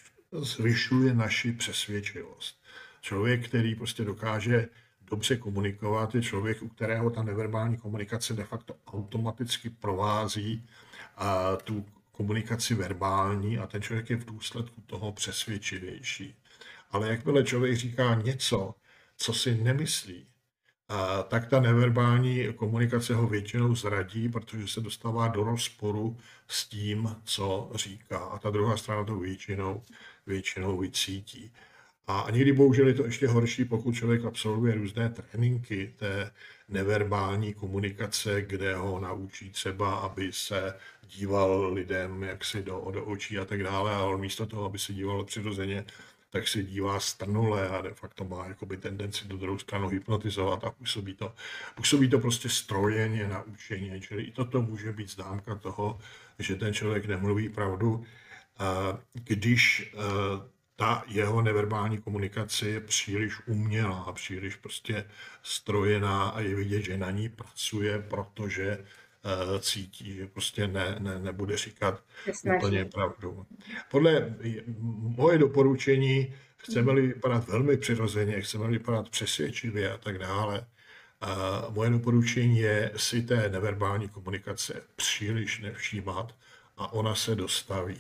zvyšuje naši přesvědčivost. Člověk, který prostě dokáže dobře komunikovat, je člověk, u kterého ta neverbální komunikace de facto automaticky provází a tu komunikaci verbální a ten člověk je v důsledku toho přesvědčivější. Ale jakmile člověk říká něco, co si nemyslí, a tak ta neverbální komunikace ho většinou zradí, protože se dostává do rozporu s tím, co říká. A ta druhá strana to většinou, většinou vycítí. A někdy bohužel je to ještě horší, pokud člověk absolvuje různé tréninky té neverbální komunikace, kde ho naučí třeba, aby se díval lidem jaksi do, do očí a tak dále, ale místo toho, aby se díval přirozeně, tak se dívá strnule a de facto má jakoby tendenci do druhou stranu hypnotizovat a působí to, působí to prostě strojeně, naučeně. Čili i toto může být známka toho, že ten člověk nemluví pravdu, když ta jeho neverbální komunikace je příliš umělá, příliš prostě strojená a je vidět, že na ní pracuje, protože uh, cítí, že prostě ne, ne, nebude říkat úplně pravdu. Podle moje doporučení, chceme-li vypadat velmi přirozeně, chceme-li vypadat přesvědčivě a tak dále, uh, moje doporučení je si té neverbální komunikace příliš nevšímat a ona se dostaví.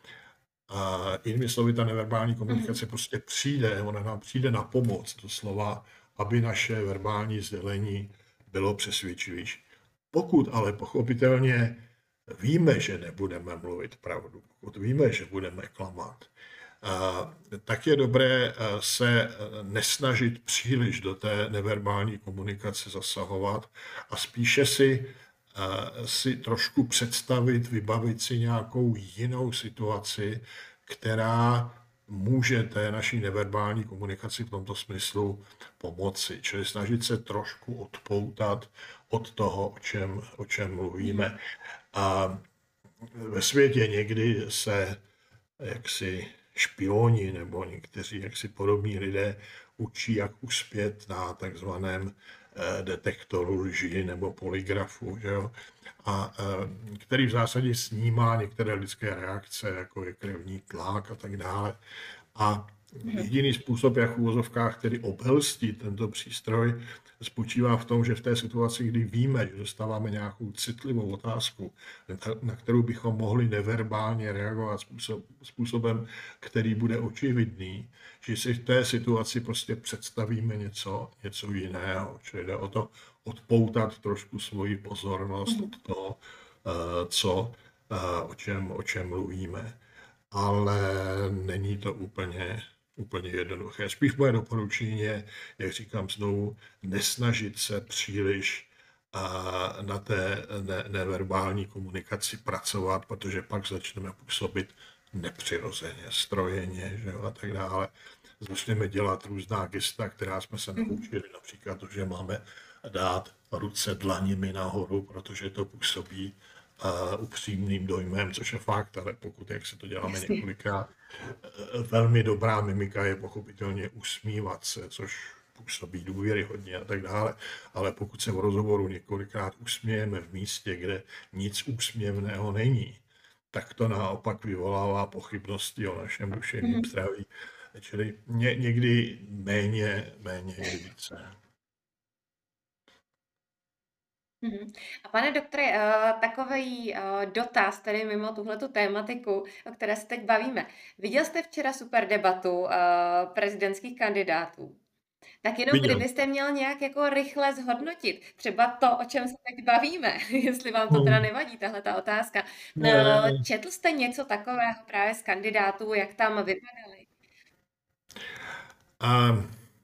A jinými slovy, ta neverbální komunikace prostě přijde, ona nám přijde na pomoc doslova, aby naše verbální sdělení bylo přesvědčivější. Pokud ale pochopitelně víme, že nebudeme mluvit pravdu, pokud víme, že budeme klamat, tak je dobré se nesnažit příliš do té neverbální komunikace zasahovat a spíše si si trošku představit, vybavit si nějakou jinou situaci, která může té naší neverbální komunikaci v tomto smyslu pomoci. Čili snažit se trošku odpoutat od toho, o čem, o čem mluvíme. A ve světě někdy se jaksi špioni nebo někteří jaksi podobní lidé učí, jak uspět na takzvaném detektoru lži nebo polygrafu, že jo? A který v zásadě snímá některé lidské reakce, jako je krevní tlak a tak dále. A jediný způsob, jak v uvozovkách tedy obelstit tento přístroj, spočívá v tom, že v té situaci, kdy víme, že dostáváme nějakou citlivou otázku, na kterou bychom mohli neverbálně reagovat způsob, způsobem, který bude očividný, že si v té situaci prostě představíme něco, něco jiného. Čili jde o to odpoutat trošku svoji pozornost od toho, co, o čem, o čem mluvíme. Ale není to úplně úplně jednoduché. Spíš moje doporučení je, jak říkám znovu, nesnažit se příliš a na té ne- neverbální komunikaci pracovat, protože pak začneme působit nepřirozeně, strojeně, že jo, a tak dále. Začneme dělat různá gesta, která jsme se Mhm. naučili, například to, že máme dát ruce dlaněmi nahoru, protože to působí uh, upřímným dojmem, což je fakt, ale pokud, jak se to děláme Jasně. několikrát, velmi dobrá mimika je pochopitelně usmívat se, což působí důvěryhodně a tak dále, ale pokud se v rozhovoru několikrát usmějeme v místě, kde nic úsměvného není, tak to naopak vyvolává pochybnosti o našem duševním Mhm. zdraví. Čili ně, někdy méně, méně je více. Mhm. A pane doktore, eh, takový eh, dotaz tedy mimo tuhletu tématiku, o které se teď bavíme. Viděl jste včera super debatu eh, prezidentských kandidátů? Tak jenom Viděl. kdybyste měl nějak jako rychle zhodnotit, třeba to, o čem se teď bavíme, jestli vám to teda Hmm. nevadí, tahle ta otázka. Ne, ne, Eh, ne. Četl jste něco takového právě z kandidátů, jak tam vypadali? A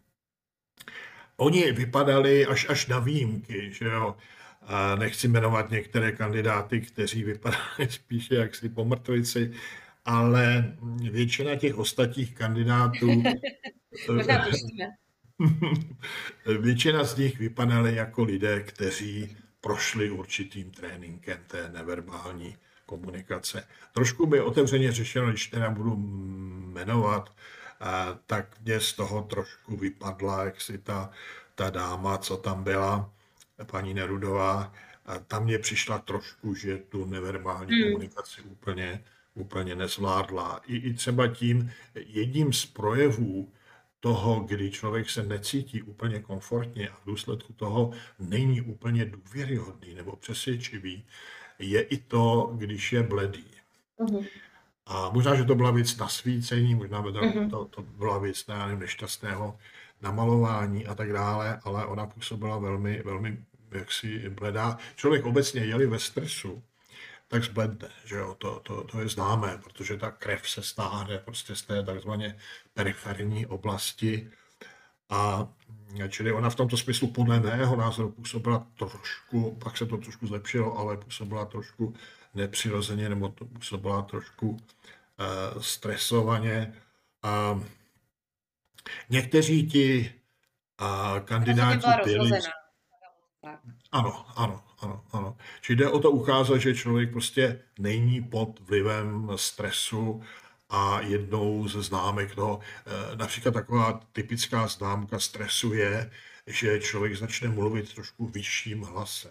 oni vypadali až, až na výjimky, že jo. A nechci jmenovat některé kandidáty, kteří vypadali spíše jaksi po mrtvici, ale většina těch ostatních kandidátů, Možná pustíme. většina z nich vypadaly jako lidé, kteří prošli určitým tréninkem té neverbální komunikace. Trošku mi otevřeně řešeno, když teda budu jmenovat, tak mě z toho trošku vypadla, jak si ta, ta dáma, co tam byla, paní Nerudová, a tam mě přišla trošku, že tu neverbální Hmm. komunikaci úplně, úplně nezvládla. I, I třeba tím jedním z projevů toho, kdy člověk se necítí úplně komfortně a v důsledku toho není úplně důvěryhodný nebo přesvědčivý, je i to, když je bledý. Mhm. A možná, že to byla věc nasvícení, možná by to, Mhm. to, to byla věc já nevím, nešťastného namalování a tak dále, ale ona působila velmi, velmi jaksi bledá. Člověk obecně jeli ve stresu, tak zbledne, že jo, to, to, to je známé, protože ta krev se stáhne prostě z té takzvaně periferní oblasti a čili ona v tomto smyslu podle mého názoru působila trošku, pak se to trošku zlepšilo, ale působila trošku nepřirozeně, nebo to působila trošku uh, stresovaně. A někteří ti uh, Rozhodně kandidáti byla byli. rozhozená. Tak. Ano, ano, ano, ano. Čili jde o to ukázat, že člověk prostě není pod vlivem stresu a jednou ze známek toho, například taková typická známka stresu je, že člověk začne mluvit trošku vyšším hlasem,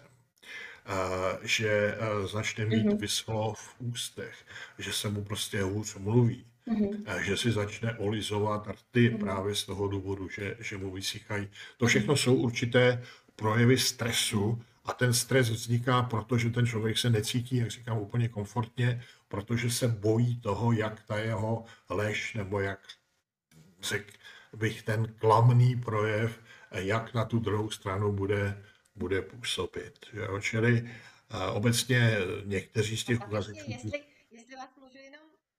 že začne mít Mhm. vyschlo v ústech, že se mu prostě hůř mluví, Mhm. že si začne olizovat rty Mhm. právě z toho důvodu, že, že mu vysychají. To všechno jsou určité projevy stresu a ten stres vzniká, protože ten člověk se necítí, jak říkám, úplně komfortně, protože se bojí toho, jak ta jeho lež nebo jak řekl bych ten klamný projev, jak na tu druhou stranu bude, bude působit. Že jo? Čili uh, obecně někteří z A těch pak ještě, uchazečů. jestli, jestli vás můžu jenom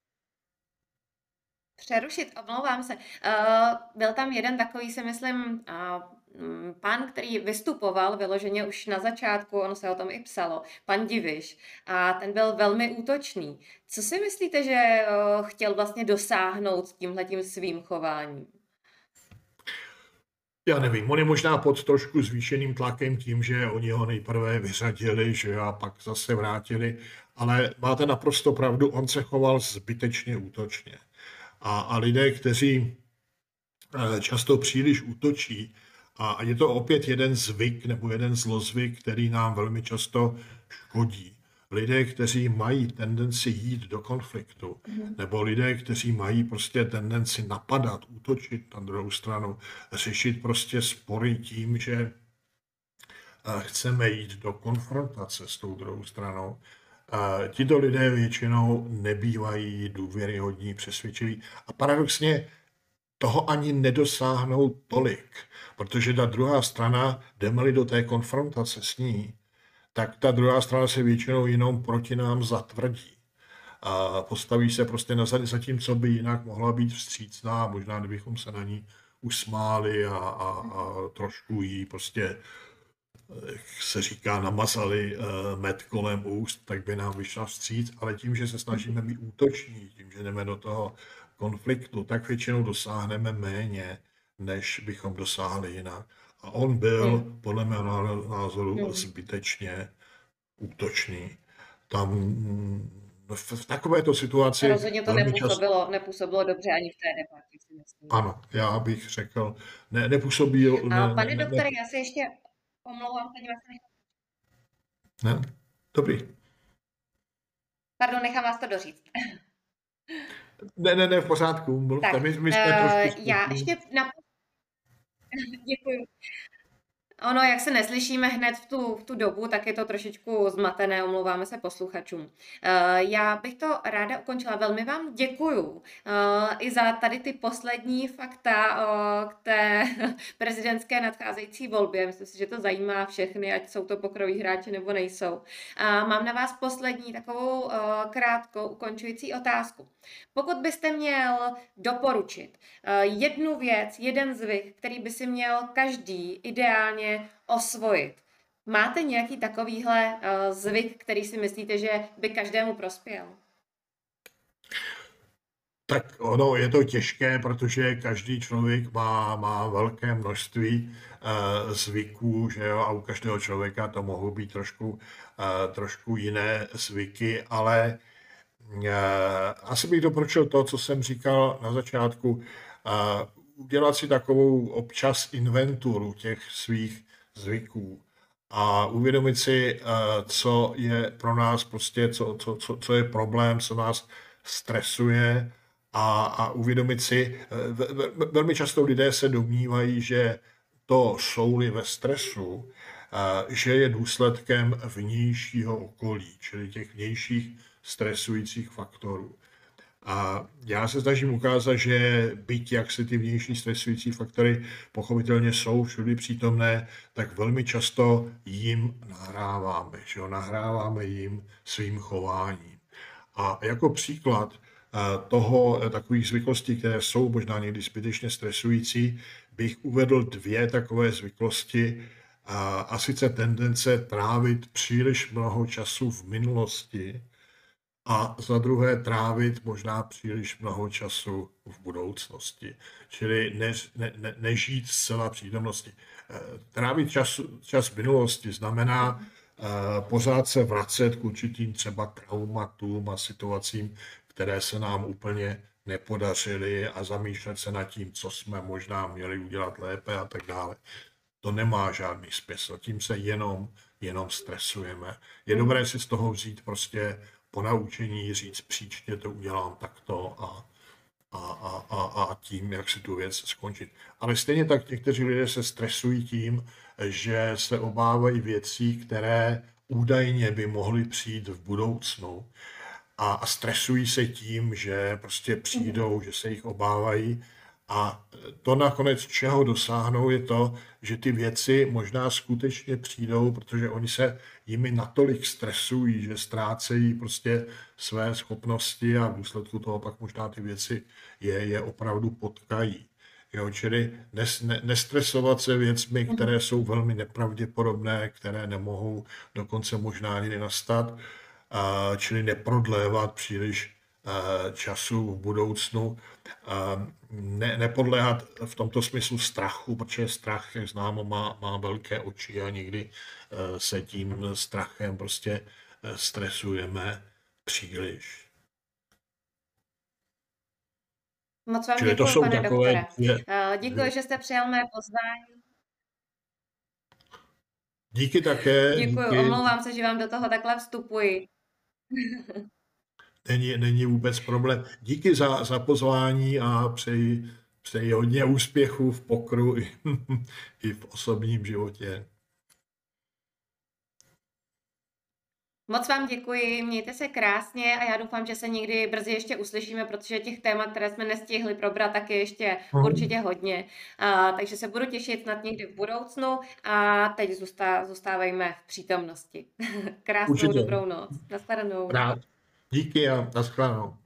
přerušit, omlouvám se. Uh, byl tam jeden takový, si myslím, uh, pán, který vystupoval vyloženě už na začátku, ono se o tom i psalo, pan Diviš, a ten byl velmi útočný. Co si myslíte, že uh, chtěl vlastně dosáhnout s tímhletím svým chováním? Já nevím, on je možná pod trošku zvýšeným tlakem tím, že oni ho nejprve vyřadili, že a pak zase vrátili, ale máte naprosto pravdu, on se choval zbytečně útočně. A, a lidé, kteří často příliš útočí, a je to opět jeden zvyk nebo jeden zlozvyk, který nám velmi často škodí. Lidé, kteří mají tendenci jít do konfliktu, nebo lidé, kteří mají prostě tendenci napadat, útočit na druhou stranu, řešit prostě spory tím, že chceme jít do konfrontace s tou druhou stranou. Tito lidé většinou nebývají důvěryhodní, přesvědčiví a paradoxně toho ani nedosáhnou tolik, protože ta druhá strana, jdeme-li do té konfrontace s ní, tak ta druhá strana se většinou jenom proti nám zatvrdí. A postaví se prostě na zadní, zatímco by jinak mohla být vstřícná, možná kdybychom se na ní usmáli a, a, a trošku jí prostě jak se říká, namazali med kolem úst, tak by nám vyšla vstříc, ale tím, že se snažíme být útoční, tím, že jdeme do toho konfliktu, tak většinou dosáhneme méně, než bychom dosáhli jinak. A on byl, Hmm. podle mého názoru, Hmm. zbytečně útočný. Tam v, v takovéto situaci Rozhodně to velmi často... nepůsobilo, nepůsobilo dobře ani v té debatě, si myslím. Ano, já bych řekl, ne, nepůsobil... A Ne, ne, pane ne, doktore, ne, já se ještě omlouvám, teď vás nechám. ne? Dobrý. Pardon, nechám vás to doříct. Ne, ne, ne, v pořádku. Mluvte, Tak, my, my jsme uh, trošku já spolu. ještě na... Děkuji. Ono, jak se neslyšíme hned v tu, v tu dobu, tak je to trošičku zmatené, omlouváme se posluchačům. Uh, já bych to ráda ukončila. Velmi vám děkuju uh, i za tady ty poslední fakta uh, k té prezidentské nadcházející volbě. Myslím si, že to zajímá všechny, ať jsou to pokroví hráči nebo nejsou. Uh, mám na vás poslední takovou uh, krátkou ukončující otázku. Pokud byste měl doporučit uh, jednu věc, jeden zvyk, který by si měl každý ideálně osvojit. Máte nějaký takovýhle uh, zvyk, který si myslíte, že by každému prospěl? Tak ono je to těžké, protože každý člověk má, má velké množství uh, zvyků, že jo, a u každého člověka to mohou být trošku, uh, trošku jiné zvyky, ale uh, asi bych doporučil to, co jsem říkal na začátku, uh, udělat si takovou občas inventuru těch svých zvyků a uvědomit si, co je pro nás prostě, co, co, co, co je problém, co nás stresuje a, a uvědomit si, velmi často lidé se domnívají, že to jsou-li ve stresu, že je důsledkem vnějšího okolí, čili těch vnějších stresujících faktorů. A já se snažím ukázat, že byť jak se ty vnější stresující faktory pochopitelně jsou všudy přítomné, tak velmi často jim nahráváme, že jo? Nahráváme jim svým chováním. A jako příklad toho, takových zvyklostí, které jsou možná někdy zbytečně stresující, bych uvedl dvě takové zvyklosti, a, a sice tendence trávit příliš mnoho času v minulosti, a za druhé trávit možná příliš mnoho času v budoucnosti. Čili ne, ne, ne, nežít zcela přítomnosti. Trávit čas, čas v minulosti znamená uh, pořád se vracet k určitým třeba traumatům a situacím, které se nám úplně nepodařily a zamýšlet se nad tím, co jsme možná měli udělat lépe a tak dále. To nemá žádný smysl. Tím se jenom, jenom stresujeme. Je dobré si z toho vzít prostě po naučení, říct příště to udělám takto a, a, a, a, a tím, jak si tu věc skončit. Ale stejně tak někteří lidé se stresují tím, že se obávají věcí, které údajně by mohly přijít v budoucnu a, a stresují se tím, že prostě přijdou, že se jich obávají. A to nakonec, čeho dosáhnou, je to, že ty věci možná skutečně přijdou, protože oni se jimi natolik stresují, že ztrácejí prostě své schopnosti a v důsledku toho pak možná ty věci je, je opravdu potkají. Jo, čili nes, ne, nestresovat se věcmi, které jsou velmi nepravděpodobné, které nemohou dokonce možná ani nastat, a, čili neprodlévat příliš času v budoucnu, ne, nepodléhat v tomto smyslu strachu, protože strach, jak známo, má, má velké oči a někdy se tím strachem prostě stresujeme příliš. Moc vám děkuji, pane doktore. Děkuji, že jste přijal mé pozvání. Díky také. Děkuji, díky. Omlouvám se, že vám do toho takhle vstupuji. Není, není vůbec problém. Díky za, za pozvání a přeji, přeji hodně úspěchů v pokru i, i v osobním životě. Moc vám děkuji, mějte se krásně a já doufám, že se někdy brzy ještě uslyšíme, protože těch témat, které jsme nestihli probrat, tak je ještě hmm. určitě hodně. A, takže se budu těšit snad někdy v budoucnu a teď zůstá, zůstávejme v přítomnosti. Krásnou určitě. Dobrou noc. Nashledanou. Rád. Díky a nashledanou.